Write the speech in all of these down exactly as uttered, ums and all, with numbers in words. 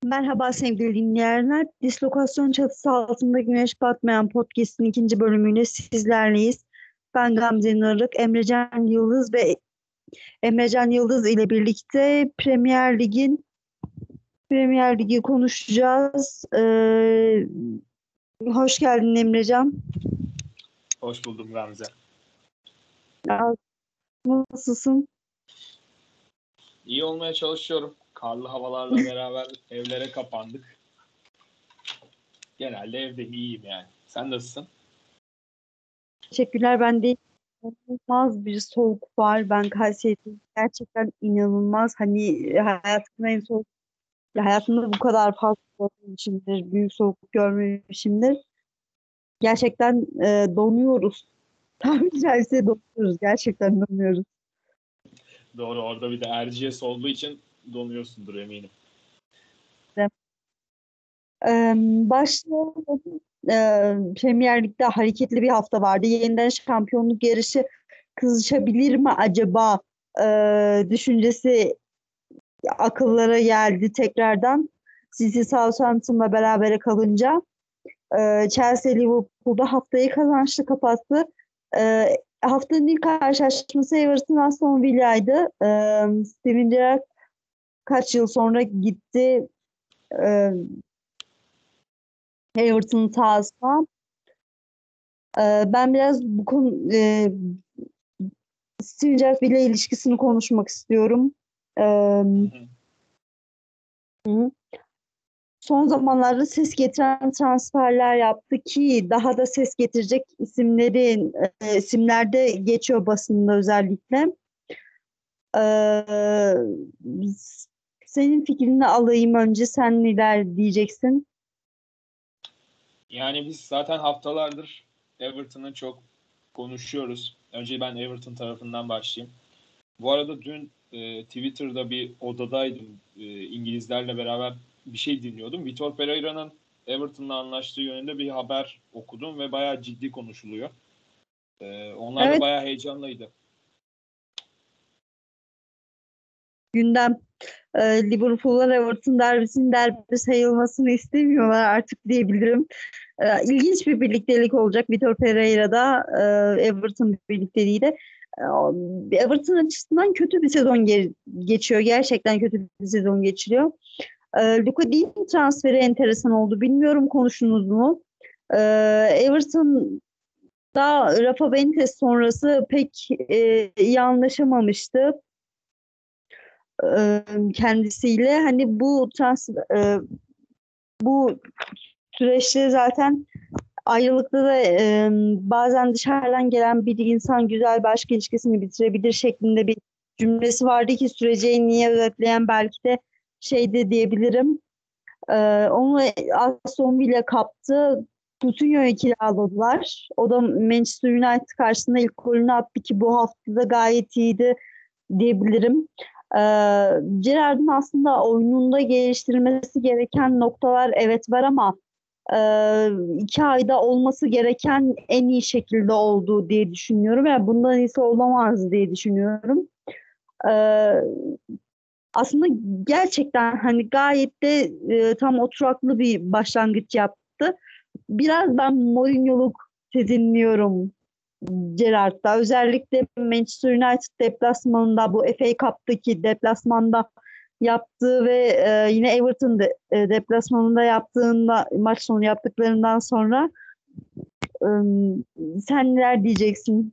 Merhaba sevgili dinleyenler. Dislokasyon çatısı altında Güneş Batmayan Podcast'in ikinci bölümüyle sizlerleyiz. Ben Gamze Narık, Emrecan Yıldız ve Emrecan Yıldız ile birlikte Premier Lig'in Premier Lig'i konuşacağız. Ee, hoş geldin Emrecan. Hoş buldum Gamze. Ya, nasılsın? İyi olmaya çalışıyorum. Karlı havalarla beraber evlere kapandık. Genelde evde iyiyim yani. Sen nasılsın? Teşekkürler. Ben de inanılmaz bir soğuk var. Ben Kayseri'de gerçekten inanılmaz. Hani hayatımda en soğuk Ya hayatımda bu kadar fazla görmemişimdir, büyük soğukluk görmemişimdir. Gerçekten e, donuyoruz. Tabiri caizse donuyoruz. Gerçekten donuyoruz. Doğru, orada bir de Erciyes olduğu için donuyorsundur eminim. E, başlayalım. E, Premier Lig'de hareketli bir hafta vardı. Yeniden şampiyonluk yarışı kızışabilir mi acaba e, düşüncesi akıllara geldi tekrardan. City Southampton'la berabere kalınca. Ee, Chelsea Liverpool'da haftayı kazançlı kapattı. Ee, haftanın ilk karşılaşması Everton Aston Villa'ydı. Ee, Steven Gerrard kaç yıl sonra gitti e, Everton'ın sahasına. Ee, ben biraz bu konu e, Steven Gerrard Villa ilişkisini konuşmak istiyorum. Ee, hı. Son zamanlarda ses getiren transferler yaptı ki daha da ses getirecek isimlerin e, isimlerde geçiyor basında özellikle. Ee, senin fikrini alayım önce. Sen neler diyeceksin? Yani biz zaten haftalardır Everton'ı çok konuşuyoruz. Önce ben Everton tarafından başlayayım. Bu arada dün e, Twitter'da bir odadaydım. E, İngilizlerle beraber bir şey dinliyordum. Vitor Pereira'nın Everton'la anlaştığı yönünde bir haber okudum ve bayağı ciddi konuşuluyor. E, onlar da Evet, bayağı heyecanlıydı. gündem. Ee, Liverpool'lar Everton derbisinin derbi sayılmasını istemiyorlar artık diyebilirim. Ee, ilginç bir birliktelik olacak Vitor Pereira'da e, Everton birlikteliği de. Ee, Everton açısından kötü bir sezon ge- geçiyor. Gerçekten kötü bir sezon geçiriyor. Ee, Luka Dean transferi enteresan oldu. Bilmiyorum, konuştunuz mu? Ee, Everton'da Rafa Benitez sonrası pek e, iyi anlaşamamıştı e, kendisiyle. Hani bu trans e, bu süreçte zaten ayrılıkta da e, bazen dışarıdan gelen bir insan güzel bir aşk ilişkisini bitirebilir şeklinde bir cümlesi vardı ki süreci en iyi özetleyen belki de şeydi diyebilirim. E, onu Aston Villa kaptı. Coutinho'yu kiraladılar. O da Manchester United karşısında ilk golünü attı ki bu hafta da gayet iyiydi diyebilirim. Ee, Gerrard'ın aslında oyununda geliştirilmesi gereken noktalar evet var ama e, iki ayda olması gereken en iyi şekilde oldu diye düşünüyorum. Yani bundan iyisi olamaz diye düşünüyorum. Ee, aslında gerçekten hani gayet de e, tam oturaklı bir başlangıç yaptı. Biraz ben Mourinho'luk sezinliyorum Gerrard'da. Özellikle Manchester United deplasmanında, bu F A Cup'taki deplasmanda yaptığı ve e, yine Everton de, e, deplasmanında yaptığında, maç sonu yaptıklarından sonra e, sen neler diyeceksin?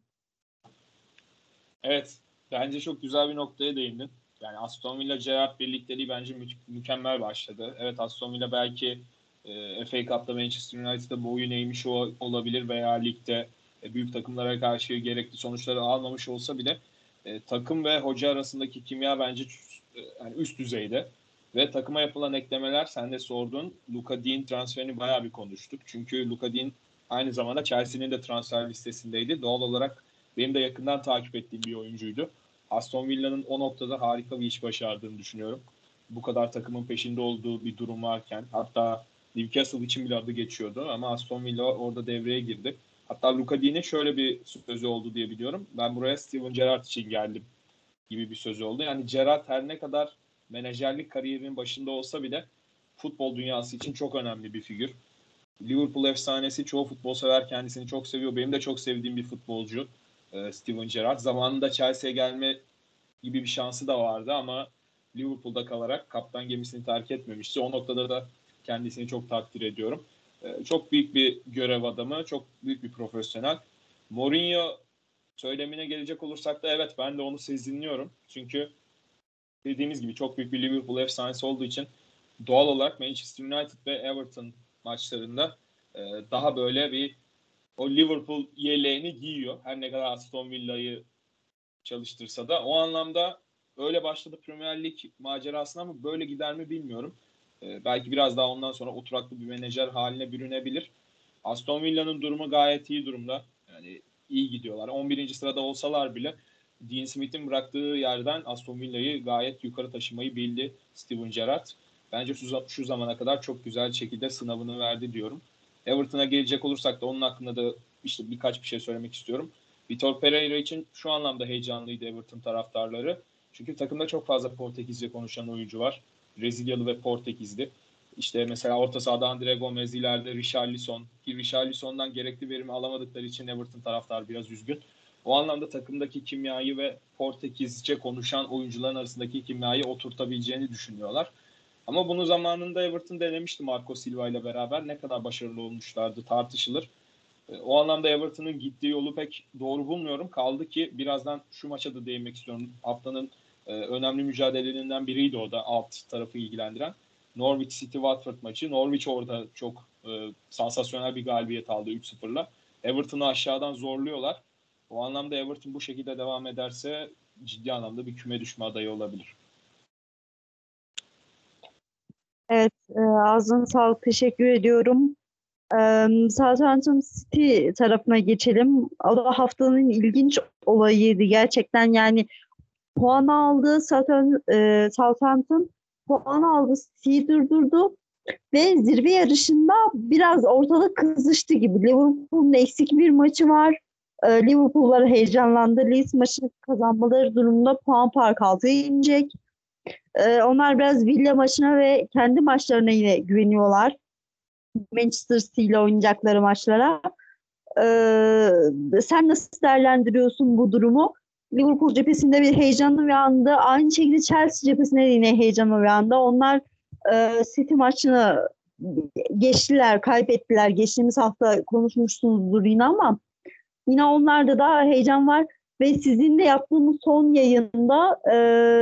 Evet, bence çok güzel bir noktaya değindin. Yani Aston Villa Gerrard birlikteliği bence mü- mükemmel başladı. Evet, Aston Villa belki e, F A Cup'ta Manchester United'da boyun eğmiş o, olabilir veya ligde e, büyük takımlara karşı gerekli sonuçları almamış olsa bile e, takım ve hoca arasındaki kimya bence e, yani üst düzeyde. Ve takıma yapılan eklemeler, sen de sordun, Luka Dean transferini bayağı bir konuştuk. Çünkü Luka Dean aynı zamanda Chelsea'nin de transfer listesindeydi. Doğal olarak benim de yakından takip ettiğim bir oyuncuydu. Aston Villa'nın o noktada harika bir iş başardığını düşünüyorum. Bu kadar takımın peşinde olduğu bir durum varken, hatta Newcastle için bile adı geçiyordu ama Aston Villa orada devreye girdi. Hatta Luka Dean'in şöyle bir sözü oldu diye biliyorum. Ben buraya Steven Gerrard için geldim gibi bir sözü oldu. Yani Gerrard her ne kadar menajerlik kariyerinin başında olsa bile futbol dünyası için çok önemli bir figür. Liverpool efsanesi, çoğu futbol sever kendisini çok seviyor. Benim de çok sevdiğim bir futbolcu e, Steven Gerrard. Zamanında Chelsea'ye gelme gibi bir şansı da vardı ama Liverpool'da kalarak kaptan gemisini terk etmemişti. O noktada da kendisini çok takdir ediyorum. E, çok büyük bir görev adamı, çok büyük bir profesyonel. Mourinho söylemine gelecek olursak da evet, ben de onu sezinliyorum. Çünkü dediğimiz gibi çok büyük bir Liverpool efsanesi olduğu için doğal olarak Manchester United ve Everton maçlarında e, daha böyle bir o Liverpool yeleğini giyiyor. Her ne kadar Aston Villa'yı çalıştırsa da o anlamda öyle başladı Premier Lig macerasına, ama böyle gider mi bilmiyorum. E, belki biraz daha ondan sonra oturaklı bir menajer haline bürünebilir. Aston Villa'nın durumu gayet iyi durumda. Yani iyi gidiyorlar. on birinci sırada olsalar bile Dean Smith'in bıraktığı yerden Aston Villa'yı gayet yukarı taşımayı bildi Steven Gerrard. Bence şu, şu zamana kadar çok güzel şekilde sınavını verdi diyorum. Everton'a gelecek olursak da onun hakkında da işte birkaç bir şey söylemek istiyorum. Vitor Pereira için şu anlamda heyecanlıydı Everton taraftarları. Çünkü takımda çok fazla Portekizce konuşan oyuncu var. Brezilyalı ve Portekizli. İşte mesela orta sahada Andre Gomez, ileride Richarlison. Ki Richarlison'dan gerekli verimi alamadıkları için Everton taraftar biraz üzgün. O anlamda takımdaki kimyayı ve Portekizce konuşan oyuncuların arasındaki kimyayı oturtabileceğini düşünüyorlar. Ama bunu zamanında Everton denemişti Marco Silva ile beraber. Ne kadar başarılı olmuşlardı tartışılır. O anlamda Everton'ın gittiği yolu pek doğru bulmuyorum. Kaldı ki birazdan şu maça da değinmek istiyorum. Haftanın e, önemli mücadelelerinden biriydi o da, alt tarafı ilgilendiren. Norwich City Watford maçı. Norwich orada çok e, sansasyonel bir galibiyet aldı üç sıfırla. Everton'u aşağıdan zorluyorlar. O anlamda Everton bu şekilde devam ederse ciddi anlamda bir küme düşme adayı olabilir. Evet, e, ağzına sağlık, teşekkür ediyorum. E, Southampton City tarafına geçelim. O da haftanın ilginç olayıydı gerçekten. Yani puan aldı Southampton, e, Southampton puan aldı, City'yi durdurdu ve zirve yarışında biraz ortalık kızıştı gibi. Liverpool'un eksik bir maçı var. E, Liverpool'lar heyecanlandı. Leeds maçını kazanmaları durumunda puan farkı altıya inecek. E, onlar biraz Villa maçına ve kendi maçlarına yine güveniyorlar. Manchester City ile oynayacakları maçlara. Ee, sen nasıl değerlendiriyorsun bu durumu? Liverpool cephesinde bir heyecanlı bir anda, aynı şekilde Chelsea cephesinde de yine heyecanlı bir anda. Onlar e, City maçını geçtiler, kaybettiler. Geçtiğimiz hafta konuşmuşsunuzdur yine, ama yine onlarda da heyecan var. Ve sizin de yaptığınız son yayında e,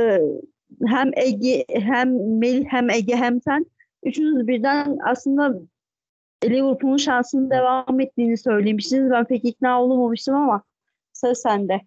hem Ege hem Melih hem Ege hem sen üçünüz birden aslında Liverpool'un şansının devam ettiğini söylemiştiniz. Ben pek ikna olamamıştım ama söz sende.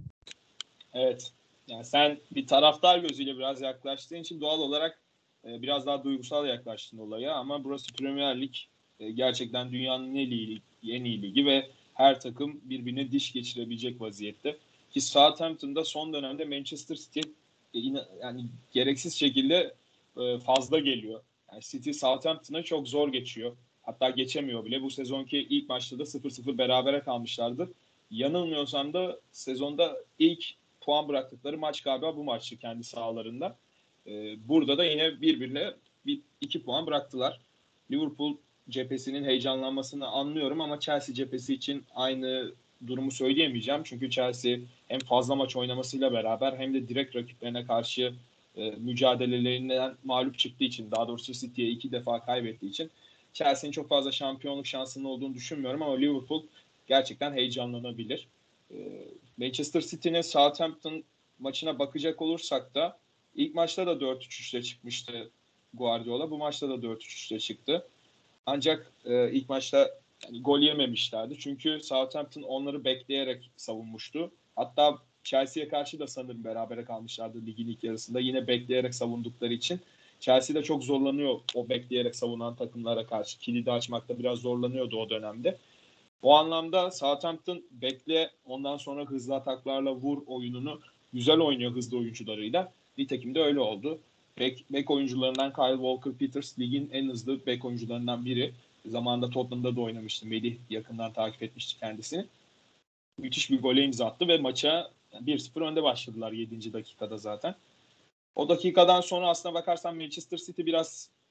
Evet. Yani sen bir taraftar gözüyle biraz yaklaştığın için doğal olarak e, biraz daha duygusal yaklaştın olaya, ama burası Premier Lig, e, gerçekten dünyanın en iyi, en iyi ligi ve her takım birbirine diş geçirebilecek vaziyette. Ki Southampton'da son dönemde Manchester City e, yine, yani gereksiz şekilde e, fazla geliyor. Yani City Southampton'a çok zor geçiyor. Hatta geçemiyor bile. Bu sezonki ilk maçta da sıfır sıfır berabere kalmışlardı. Yanılmıyorsam da sezonda ilk puan bıraktıkları maç galiba bu maçtı kendi sahalarında. Ee, burada da yine birbirine bir, iki puan bıraktılar. Liverpool cephesinin heyecanlanmasını anlıyorum ama Chelsea cephesi için aynı durumu söyleyemeyeceğim. Çünkü Chelsea hem fazla maç oynamasıyla beraber hem de direkt rakiplerine karşı e, mücadelelerinden mağlup çıktığı için, daha doğrusu City'ye iki defa kaybettiği için Chelsea'nin çok fazla şampiyonluk şansının olduğunu düşünmüyorum, ama Liverpool gerçekten heyecanlanabilir. Manchester City'nin Southampton maçına bakacak olursak da ilk maçta da dört üç üçle çıkmıştı Guardiola. Bu maçta da dört üç üçle çıktı. Ancak e, ilk maçta yani gol yememişlerdi. Çünkü Southampton onları bekleyerek savunmuştu. Hatta Chelsea'ye karşı da sanırım berabere kalmışlardı ligin ilk yarısında. Yine bekleyerek savundukları için. Chelsea de çok zorlanıyor o bekleyerek savunan takımlara karşı. Kilidi açmakta biraz zorlanıyordu o dönemde. O anlamda Southampton bekle, ondan sonra hızlı ataklarla vur oyununu güzel oynuyor hızlı oyuncularıyla. Nitekim de öyle oldu. Bek, bek oyuncularından Kyle Walker-Peters ligin en hızlı bek oyuncularından biri. Zamanında Tottenham'da da oynamıştı. Melih yakından takip etmişti kendisini. Müthiş bir gole imza attı ve maça bir sıfır önde başladılar yedinci dakikada zaten. O dakikadan sonra aslına bakarsan Manchester City biraz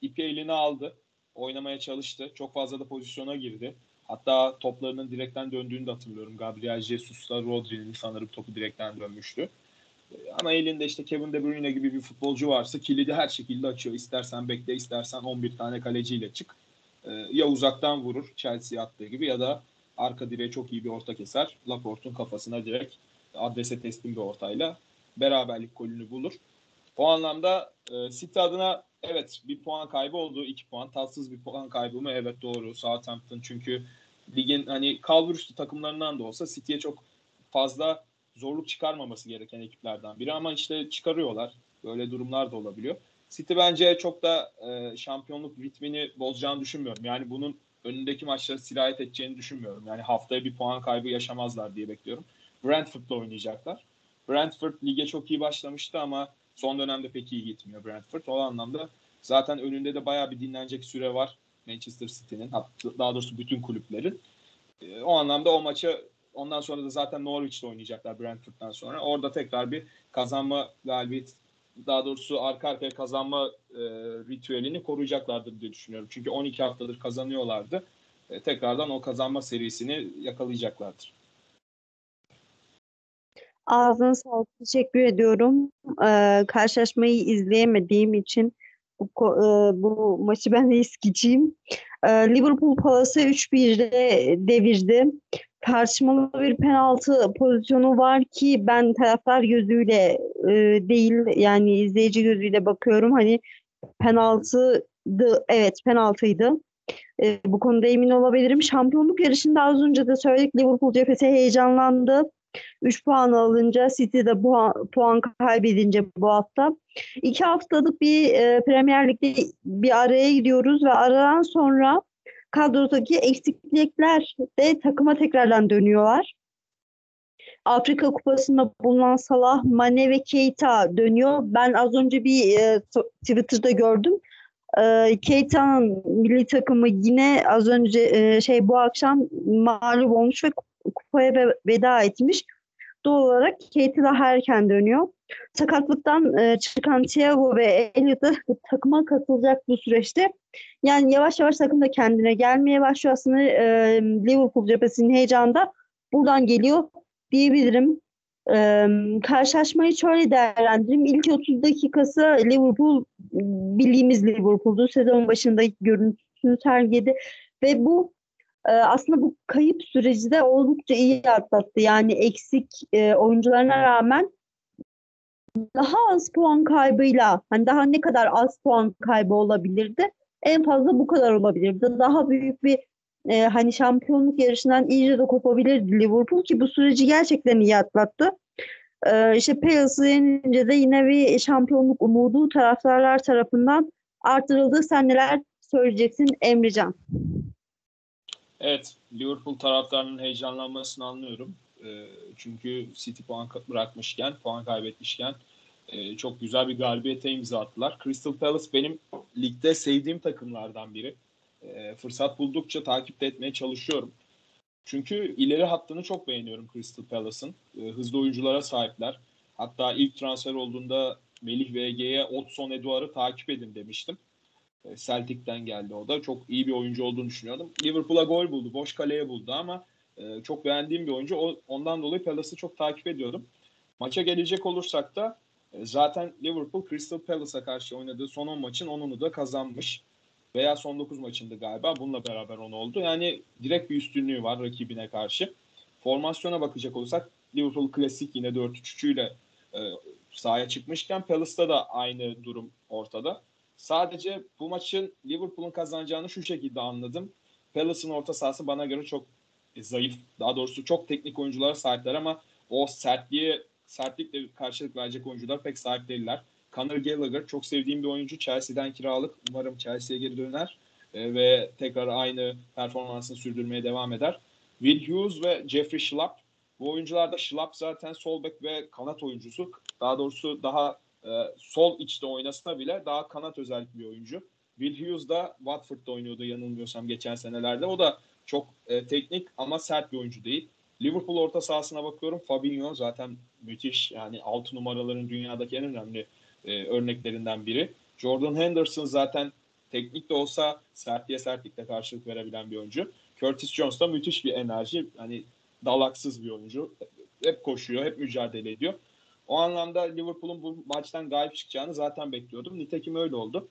ipi eline aldı. Oynamaya çalıştı. Çok fazla da pozisyona girdi. Hatta toplarının direkten döndüğünü de hatırlıyorum. Gabriel Jesus'la Rodri'nin sanırım topu direkten dönmüştü. Ama elinde işte Kevin De Bruyne gibi bir futbolcu varsa kilidi her şekilde açıyor. İstersen bekle, istersen on bir tane kaleciyle çık. Ya uzaktan vurur Chelsea attığı gibi ya da arka direğe çok iyi bir orta keser. Laporte'un kafasına direkt adrese teslim bir ortayla beraberlik golünü bulur. O anlamda e, City adına evet bir puan kaybı oldu. iki puan. Tatsız bir puan kaybı mı? Evet doğru. Southampton çünkü ligin hani kalburüstü takımlarından da olsa City'ye çok fazla zorluk çıkarmaması gereken ekiplerden biri ama işte çıkarıyorlar. Böyle durumlar da olabiliyor. City bence çok da e, şampiyonluk ritmini bozacağını düşünmüyorum. Yani bunun önündeki maçlara sirayet edeceğini düşünmüyorum. Yani haftaya bir puan kaybı yaşamazlar diye bekliyorum. Brentford'la oynayacaklar. Brentford lige çok iyi başlamıştı ama son dönemde pek iyi gitmiyor Brentford. O anlamda zaten önünde de bayağı bir dinlenecek süre var Manchester City'nin. Daha doğrusu bütün kulüplerin. E, o anlamda o maçı ondan sonra da zaten Norwich'te oynayacaklar Brentford'dan sonra. Orada tekrar bir kazanma galibiyet daha doğrusu arka arkaya kazanma e, ritüelini koruyacaklardır diye düşünüyorum. Çünkü on iki haftadır kazanıyorlardı. E, tekrardan o kazanma serisini yakalayacaklardır. Ağzına sağlık. Teşekkür ediyorum. Ee, karşılaşmayı izleyemediğim için bu, ko- e, bu maçı ben de eskiciyim. Ee, Liverpool Palace'ı üç bir'de devirdi. Tartışmalı bir penaltı pozisyonu var ki ben taraftar gözüyle e, değil yani izleyici gözüyle bakıyorum. Hani penaltıydı. Evet, penaltıydı. E, bu konuda emin olabilirim. Şampiyonluk yarışında az önce de söyledik Liverpool cephesi heyecanlandı. üç puan alınca City de puan, puan kaybedince bu hafta. iki haftalık bir e, Premier Lig'de bir araya gidiyoruz ve aradan sonra kadrodaki eksiklikler de takıma tekrardan dönüyorlar. Afrika Kupası'nda bulunan Salah, Mane ve Keita dönüyor. Ben az önce bir e, Twitter'da gördüm. E, Keita'nın milli takımı yine az önce e, şey bu akşam mağlup olmuş ve kupaya veda etmiş. Doğal olarak Keita daha erken dönüyor. Sakatlıktan e, çıkan Thiago ve Elliot da takıma katılacak bu süreçte. Yani yavaş yavaş takım da kendine gelmeye başlıyor. Aslında e, Liverpool cephesinin heyecanı da buradan geliyor diyebilirim. E, karşılaşmayı şöyle değerlendireyim. İlk otuz dakikası Liverpool bildiğimiz Liverpool'du. Sezon başında görüntüsünü sergiledi ve bu ee, aslında bu kayıp süreci de oldukça iyi atlattı. Yani eksik e, oyuncularına rağmen daha az puan kaybıyla hani daha ne kadar az puan kaybı olabilirdi? En fazla bu kadar olabilirdi. Daha büyük bir e, hani şampiyonluk yarışından iyice de kopabilirdi Liverpool ki bu süreci gerçekten iyi atlattı. Ee, işte Palace'ı yenince de yine bir şampiyonluk umudu taraftarlar tarafından artırıldı. Sen neler söyleyeceksin Emrecan? Evet, Liverpool taraftarının heyecanlanmasını anlıyorum. E, çünkü City puan bırakmışken, puan kaybetmişken e, çok güzel bir galibiyete imza attılar. Crystal Palace benim ligde sevdiğim takımlardan biri. E, fırsat buldukça takip etmeye çalışıyorum. Çünkü ileri hattını çok beğeniyorum Crystal Palace'ın. E, hızlı oyunculara sahipler. Hatta ilk transfer olduğunda Melih V G'ye Odson Eduard'ı takip edin demiştim. Celtic'ten geldi o da. Çok iyi bir oyuncu olduğunu düşünüyordum. Liverpool'a gol buldu. Boş kaleye buldu ama e, çok beğendiğim bir oyuncu. O, ondan dolayı Palace'ı çok takip ediyordum. Maça gelecek olursak da e, zaten Liverpool Crystal Palace'a karşı oynadığı son on maçın onunu da kazanmış. Veya son dokuz maçında galiba. Bununla beraber on oldu. Yani direkt bir üstünlüğü var rakibine karşı. Formasyona bakacak olursak Liverpool klasik yine dört üç üç ile e, sahaya çıkmışken Palace'ta da aynı durum ortada. Sadece bu maçın Liverpool'un kazanacağını şu şekilde anladım. Palace'ın orta sahası bana göre çok zayıf. Daha doğrusu çok teknik oyunculara sahipler ama o sertliğe sertlikle karşılık verecek oyuncular pek sahip değiller. Conor Gallagher çok sevdiğim bir oyuncu. Chelsea'den kiralık. Umarım Chelsea'ye geri döner e, ve tekrar aynı performansını sürdürmeye devam eder. Will Hughes ve Jeffrey Schlupp. Bu oyuncularda Schlupp zaten sol bek ve kanat oyuncusu. Daha doğrusu daha e, sol içte oynasına bile daha kanat özellikli bir oyuncu. Will Hughes da Watford'da oynuyordu yanılmıyorsam geçen senelerde. O da çok e, teknik ama sert bir oyuncu değil. Liverpool orta sahasına bakıyorum. Fabinho zaten müthiş. Yani altı numaraların dünyadaki en önemli e, örneklerinden biri. Jordan Henderson zaten teknik de olsa sertliğe sertlikle karşılık verebilen bir oyuncu. Curtis Jones da müthiş bir enerji. Hani dalaksız bir oyuncu. Hep koşuyor, hep mücadele ediyor. O anlamda Liverpool'un bu maçtan galip çıkacağını zaten bekliyordum. Nitekim öyle oldu.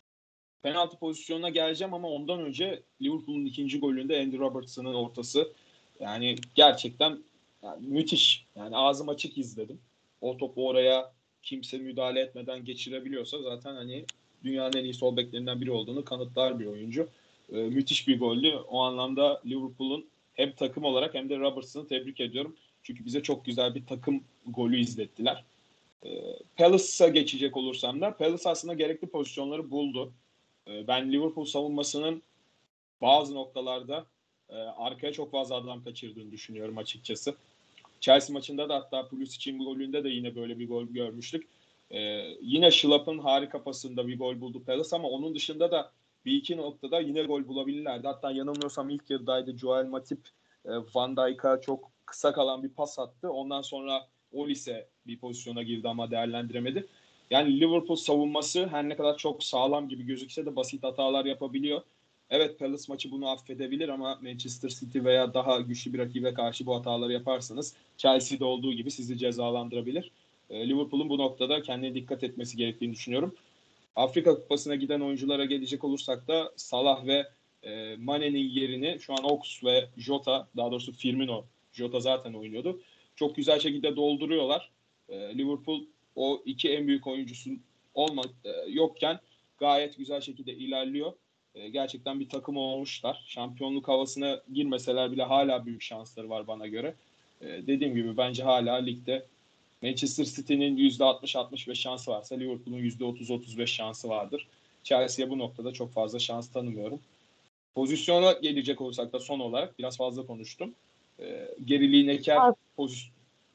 Penaltı pozisyonuna geleceğim ama ondan önce Liverpool'un ikinci golünde Andy Robertson'ın ortası. Yani gerçekten yani müthiş. Yani ağzım açık izledim. O topu oraya kimse müdahale etmeden geçirebiliyorsa zaten hani dünyanın en iyi sol beklerinden biri olduğunu kanıtlar bir oyuncu. Ee, müthiş bir goldü. O anlamda Liverpool'un hem takım olarak hem de Robertson'ı tebrik ediyorum. Çünkü bize çok güzel bir takım golü izlettiler. Ee, Palace'a geçecek olursam da Palace aslında gerekli pozisyonları buldu. Ee, ben Liverpool savunmasının bazı noktalarda e, arkaya çok fazla adam kaçırdığını düşünüyorum açıkçası. Chelsea maçında da hatta Pulisic'in golünde de yine böyle bir gol görmüştük. Ee, yine Schlupp'ın harika pasında bir gol buldu Palace ama onun dışında da bir iki noktada yine gol bulabilirlerdi. Hatta yanılmıyorsam ilk yarıdaydı Joel Matip e, Van Dijk'a çok kısa kalan bir pas attı. Ondan sonra Olise bir pozisyona girdi ama değerlendiremedi. Yani Liverpool savunması her ne kadar çok sağlam gibi gözükse de basit hatalar yapabiliyor. Evet Palace maçı bunu affedebilir ama Manchester City veya daha güçlü bir rakibe karşı bu hataları yaparsanız Chelsea'de olduğu gibi sizi cezalandırabilir. E, Liverpool'un bu noktada kendine dikkat etmesi gerektiğini düşünüyorum. Afrika Kupası'na giden oyunculara gelecek olursak da Salah ve e, Mane'nin yerini şu an Ox ve Jota, daha doğrusu Firmino, Jota zaten oynuyordu. Çok güzel şekilde dolduruyorlar. E, Liverpool o iki en büyük oyuncusu olma, e, yokken gayet güzel şekilde ilerliyor. E, gerçekten bir takım olmuşlar. Şampiyonluk havasına girmeseler bile hala büyük şansları var bana göre. E, dediğim gibi bence hala ligde Manchester City'nin yüzde altmış altmış beş şansı varsa Liverpool'un yüzde otuz otuz beş şansı vardır. Chelsea'ye bu noktada çok fazla şans tanımıyorum. Pozisyona gelecek olursak da son olarak biraz fazla konuştum. E, geriliğin eker pozisyon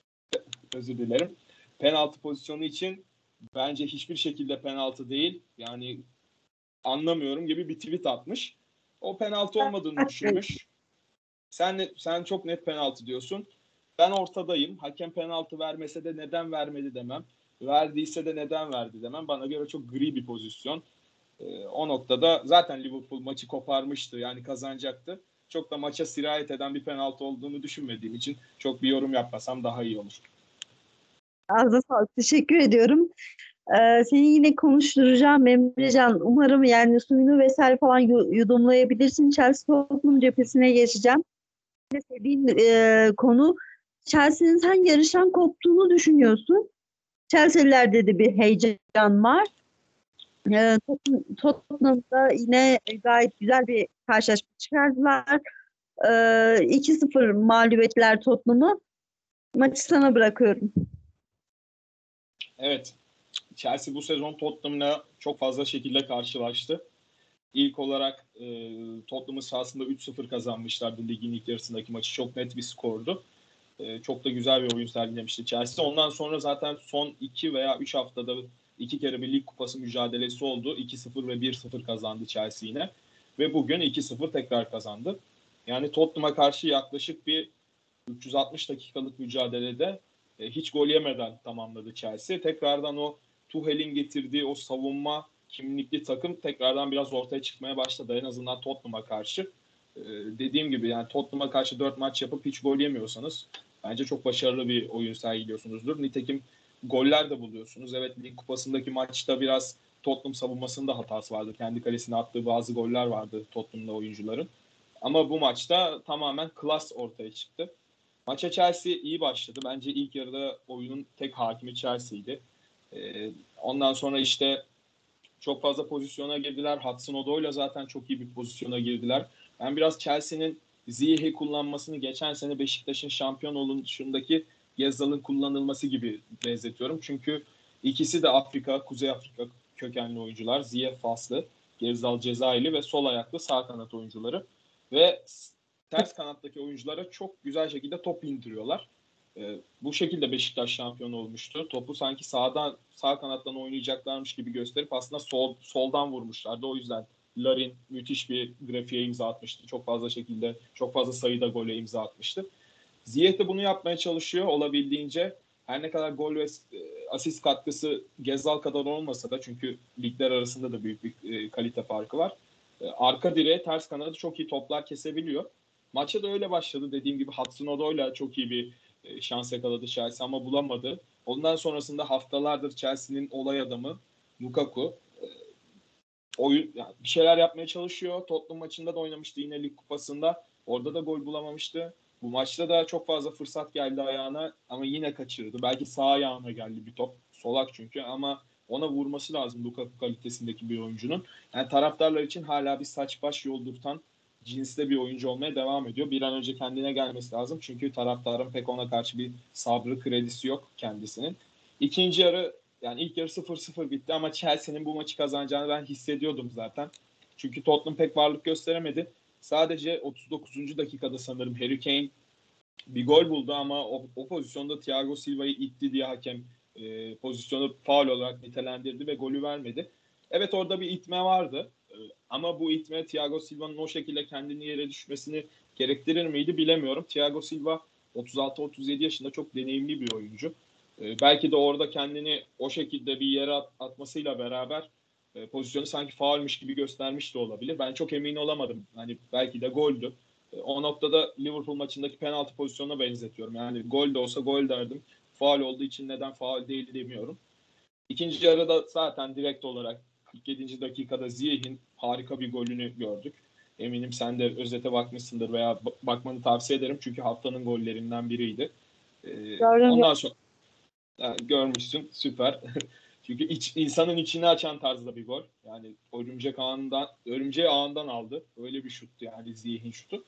özür dilerim. Penaltı pozisyonu için bence hiçbir şekilde penaltı değil. Yani anlamıyorum gibi bir tweet atmış. O penaltı olmadığını düşünmüş. Sen sen çok net penaltı diyorsun. Ben ortadayım. Hakem penaltı vermese de neden vermedi demem. Verdiyse de neden verdi demem. Bana göre çok gri bir pozisyon. Ee, o noktada zaten Liverpool maçı koparmıştı. Yani kazanacaktı. Çok da maça sirayet eden bir penaltı olduğunu düşünmediğim için çok bir yorum yapmasam daha iyi olur. Ağzına sağlık. Teşekkür ediyorum. Ee, seni yine konuşturacağım Emrecan. Umarım yani suyunu vesaire falan yu- yudumlayabilirsin. Chelsea Tottenham cephesine geçeceğim. Dediğin e, konu Chelsea'nin sen yarışan koptuğunu düşünüyorsun. Chelsea'lilerde de bir heyecan var. Ee, Tot- Tottenham'da yine gayet güzel bir karşılaşma çıkardılar. Ee, iki sıfır mağlup ettiler Tottenham'ı. Maçı sana bırakıyorum. Evet. Chelsea bu sezon Tottenham'la çok fazla şekilde karşılaştı. İlk olarak e, Tottenham'ın sahasında üç sıfır kazanmışlardı ligin ilk yarısındaki maçı. Çok net bir skordu. E, çok da güzel bir oyun sergilemişti Chelsea. Ondan sonra zaten son iki veya üç haftada iki kere bir lig kupası mücadelesi oldu. iki sıfır ve bir sıfır kazandı Chelsea yine. Ve bugün iki sıfır tekrar kazandı. Yani Tottenham'a karşı yaklaşık bir üç yüz altmış dakikalık mücadelede e, hiç gol yemeden tamamladı Chelsea. Tekrardan o Tuchel'in getirdiği o savunma kimlikli takım tekrardan biraz ortaya çıkmaya başladı. En azından Tottenham'a karşı. E, dediğim gibi yani Tottenham'a karşı dört maç yapıp hiç gol yemiyorsanız bence çok başarılı bir oyun sergiliyorsunuzdur. Nitekim goller de buluyorsunuz. Evet lig kupasındaki maçta biraz Tottenham savunmasında hatası vardı. Kendi kalesine attığı bazı goller vardı Tottenham'da oyuncuların. Ama bu maçta tamamen klas ortaya çıktı. Maça Chelsea iyi başladı. Bence ilk yarıda oyunun tek hakimi Chelsea'ydi. Ee, ondan sonra işte çok fazla pozisyona girdiler. Hudson-Odoi zaten çok iyi bir pozisyona girdiler. Ben biraz Chelsea'nin Ziyech'i kullanmasını geçen sene Beşiktaş'ın şampiyon oluşundaki Gezzal'ın kullanılması gibi benzetiyorum. Çünkü ikisi de Afrika, Kuzey Afrika kökenli oyuncular. Ziyech Faslı, Gezzal Cezayirli ve sol ayaklı sağ kanat oyuncuları. Ve ters kanattaki oyunculara çok güzel şekilde top indiriyorlar. E, bu şekilde Beşiktaş şampiyon olmuştu. Topu sanki sağdan sağ kanattan oynayacaklarmış gibi gösterip aslında sol soldan vurmuşlardı. O yüzden Larin müthiş bir grafiğe imza atmıştı. Çok fazla şekilde, çok fazla sayıda gole imza atmıştı. Ziyech de bunu yapmaya çalışıyor olabildiğince. her ne kadar gol ve e, asist katkısı Gezal kadar olmasa da, çünkü ligler arasında da büyük bir e, kalite farkı var. E, arka direğe ters kanadı çok iyi toplar kesebiliyor. Maça da öyle başladı. Dediğim gibi Hudson-Odoi'la çok iyi bir e, şans yakaladı Chelsea ama bulamadı. Ondan sonrasında haftalardır Chelsea'nin olay adamı Lukaku e, oyun yani bir şeyler yapmaya çalışıyor. Tottenham maçında da oynamıştı yine Lig Kupası'nda. Orada da gol bulamamıştı. Bu maçta da çok fazla fırsat geldi ayağına ama yine kaçırdı. Belki sağ ayağına geldi bir top. Solak çünkü ama ona vurması lazım Lukaku kalitesindeki bir oyuncunun. Yani taraftarlar için hala bir saç baş yoldurtan cinste bir oyuncu olmaya devam ediyor. Bir an önce kendine gelmesi lazım. Çünkü taraftarın pek ona karşı bir sabrı, kredisi yok kendisinin. İkinci yarı yani ilk yarı sıfır sıfır bitti ama Chelsea'nin bu maçı kazanacağını ben hissediyordum zaten. Çünkü Tottenham pek varlık gösteremedi. Sadece otuz dokuzuncu dakikada sanırım Harry Kane bir gol buldu ama o, o pozisyonda Thiago Silva'yı itti diye hakem e, pozisyonu faul olarak nitelendirdi ve golü vermedi. Evet, orada bir itme vardı e, ama bu itme Thiago Silva'nın o şekilde kendini yere düşmesini gerektirir miydi bilemiyorum. Thiago Silva otuz altı otuz yedi yaşında çok deneyimli bir oyuncu. E, belki de orada kendini o şekilde bir yere at, atmasıyla beraber e, pozisyonu sanki faulmüş gibi göstermiş de olabilir. Ben çok emin olamadım. Hani belki de goldü. O noktada Liverpool maçındaki penaltı pozisyonuna benzetiyorum. Yani gol de olsa gol derdim. Faul olduğu için neden faul değil demiyorum. İkinci yarıda zaten direkt olarak kırk yedinci dakikada Ziyech'in harika bir golünü gördük. Eminim sen de özete bakmışsındır veya bakmanı tavsiye ederim. Çünkü haftanın gollerinden biriydi. Ee, Gördüm. ondan sonra yani görmüşsün, süper. Çünkü iç, insanın içini açan tarzda bir gol. Yani örümcek ağından, örümceği ağından aldı. Öyle bir şuttu yani Ziyech'in şutu.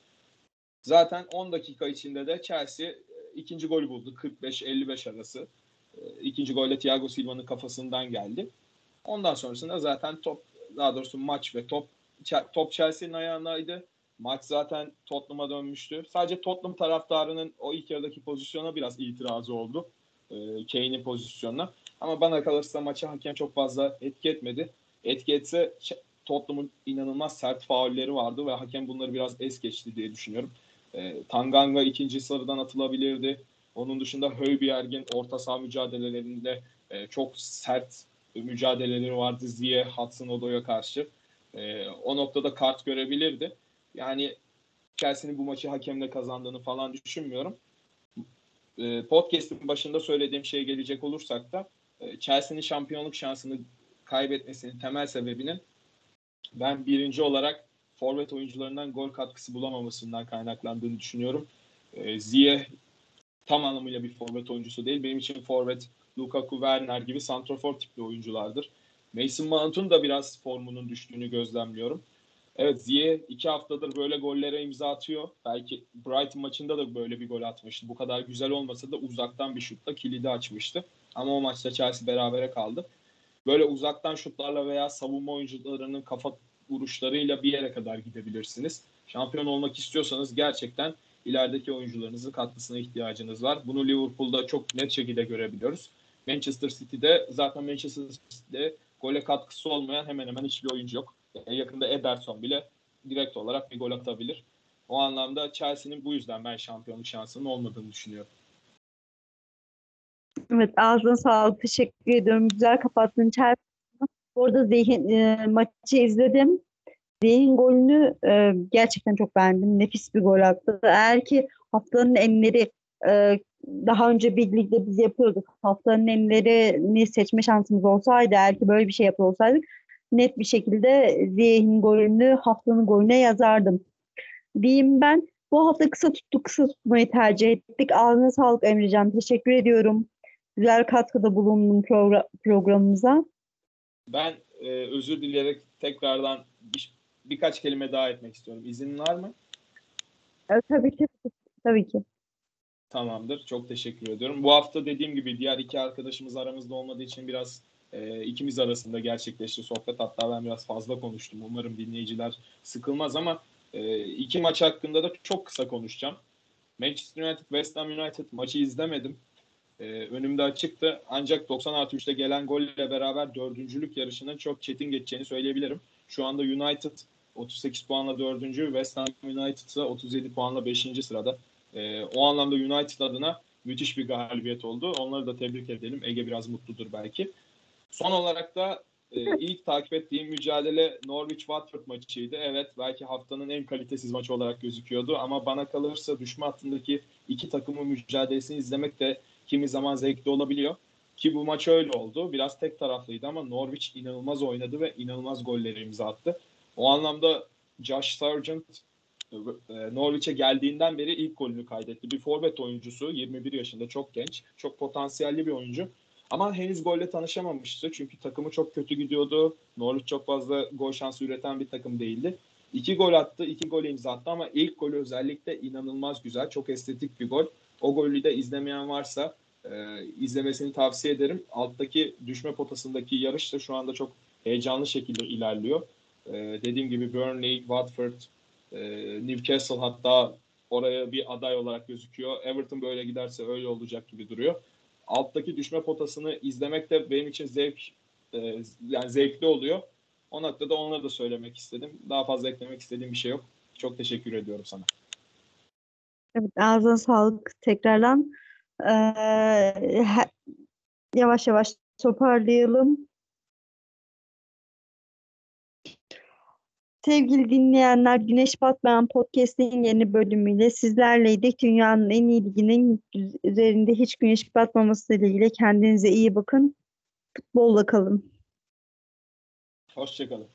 Zaten on dakika içinde de Chelsea ikinci golü buldu. kırk beş elli beş arası. İkinci gol de Thiago Silva'nın kafasından geldi. Ondan sonrasında zaten top, daha doğrusu maç ve top top Chelsea'nin ayağındaydı. Maç zaten Tottenham'a dönmüştü. Sadece Tottenham taraftarının o ilk yarıdaki pozisyona biraz itirazı oldu. Kane'in pozisyonuna. Ama bana kalırsa maça hakem çok fazla etki etmedi. Etki etse Tottenham'ın inanılmaz sert faulleri vardı ve hakem bunları biraz es geçti diye düşünüyorum. E, Tanganga ikinci sarıdan atılabilirdi. Onun dışında Højbjerg'in orta saha mücadelelerinde e, çok sert mücadeleleri vardı Ziyech, Hudson-Odoi'ya karşı. E, o noktada kart görebilirdi. Yani Chelsea'nin bu maçı hakemle kazandığını falan düşünmüyorum. E, podcast'in başında söylediğim şeye gelecek olursak da e, Chelsea'nin şampiyonluk şansını kaybetmesinin temel sebebinin ben birinci olarak forvet oyuncularından gol katkısı bulamamasından kaynaklandığını düşünüyorum. E, Ziyech tam anlamıyla bir forvet oyuncusu değil. Benim için forvet Lukaku, Werner gibi santrafor tipli oyunculardır. Mason Mount'un da biraz formunun düştüğünü gözlemliyorum. Evet, Ziyech iki haftadır böyle gollere imza atıyor. Belki Brighton maçında da böyle bir gol atmıştı. Bu kadar güzel olmasa da uzaktan bir şutla kilidi açmıştı. Ama o maçta Chelsea berabere kaldı. Böyle uzaktan şutlarla veya savunma oyuncularının kafa vuruşlarıyla bir yere kadar gidebilirsiniz. Şampiyon olmak istiyorsanız gerçekten ilerideki oyuncularınızın katkısına ihtiyacınız var. Bunu Liverpool'da çok net şekilde görebiliyoruz. Manchester City'de zaten Manchester City'de gole katkısı olmayan hemen hemen hiçbir oyuncu yok. Yani yakında Ederson bile direkt olarak bir gol atabilir. O anlamda Chelsea'nin bu yüzden ben şampiyonluk şansının olmadığını düşünüyorum. Evet, ağzına sağlık. Teşekkür ediyorum. Güzel kapattın. Chelsea. Orada Ziyech'in e, maçı izledim. Ziyech'in golünü e, gerçekten çok beğendim. Nefis bir gol attı. Eğer ki haftanın enleri e, daha önce bir ligde biz yapıyorduk. Haftanın enlerini seçme şansımız olsaydı, eğer ki böyle bir şey yapıyor olsaydık, net bir şekilde Ziyech'in golünü haftanın golüne yazardım. Diyeyim ben. Bu hafta kısa tuttuk, kısa tutmayı tercih ettik. Ağzına sağlık Emrecan. Teşekkür ediyorum. Güzel katkıda bulundun progra- programımıza. Ben e, özür dileyerek tekrardan bir, birkaç kelime daha etmek istiyorum. İzin var mı? Evet, tabii ki. Tabii ki. Tamamdır. Çok teşekkür ediyorum. Bu hafta dediğim gibi diğer iki arkadaşımız aramızda olmadığı için biraz e, ikimiz arasında gerçekleşti sohbet. Hatta ben biraz fazla konuştum. Umarım dinleyiciler sıkılmaz ama e, iki maç hakkında da çok kısa konuşacağım. Manchester United, West Ham United maçı izlemedim. E, önümde açıktı. Ancak doksan artı üçte gelen golle beraber dördüncülük yarışının çok çetin geçeceğini söyleyebilirim. Şu anda United otuz sekiz puanla dördüncü, West Ham United ise otuz yedi puanla beşinci sırada. E, o anlamda United adına müthiş bir galibiyet oldu. Onları da tebrik edelim. Ege biraz mutludur belki. Son olarak da e, ilk takip ettiğim mücadele Norwich-Watford maçıydı. Evet, belki haftanın en kalitesiz maçı olarak gözüküyordu ama bana kalırsa düşme hattındaki iki takımın mücadelesini izlemek de kimi zaman zevkli olabiliyor. Ki bu maç öyle oldu. Biraz tek taraflıydı ama Norwich inanılmaz oynadı ve inanılmaz golleri imza attı. O anlamda Josh Sargent e, Norwich'e geldiğinden beri ilk golünü kaydetti. Bir forvet oyuncusu, yirmi bir yaşında, çok genç, çok potansiyelli bir oyuncu. Ama henüz golle tanışamamıştı. Çünkü takımı çok kötü gidiyordu. Norwich çok fazla gol şansı üreten bir takım değildi. İki gol attı, iki gol imza attı ama ilk golü özellikle inanılmaz güzel. Çok estetik bir gol. O golü de izlemeyen varsa e, izlemesini tavsiye ederim. Alttaki düşme potasındaki yarış da şu anda çok heyecanlı şekilde ilerliyor. E, dediğim gibi Burnley, Watford, e, Newcastle hatta oraya bir aday olarak gözüküyor. Everton böyle giderse öyle olacak gibi duruyor. Alttaki düşme potasını izlemek de benim için zevk e, yani zevkli oluyor. O noktada onları da söylemek istedim. Daha fazla eklemek istediğim bir şey yok. Çok teşekkür ediyorum sana. Evet, ağzına sağlık tekrardan. Ee, he- yavaş yavaş toparlayalım. Sevgili dinleyenler, Güneş Batmayan Podcast'in yeni bölümüyle sizlerleydik. Dünyanın en iyi liginin üzerinde hiç güneş batmaması dileğiyle kendinize iyi bakın. Futbolla kalın. Hoşçakalın.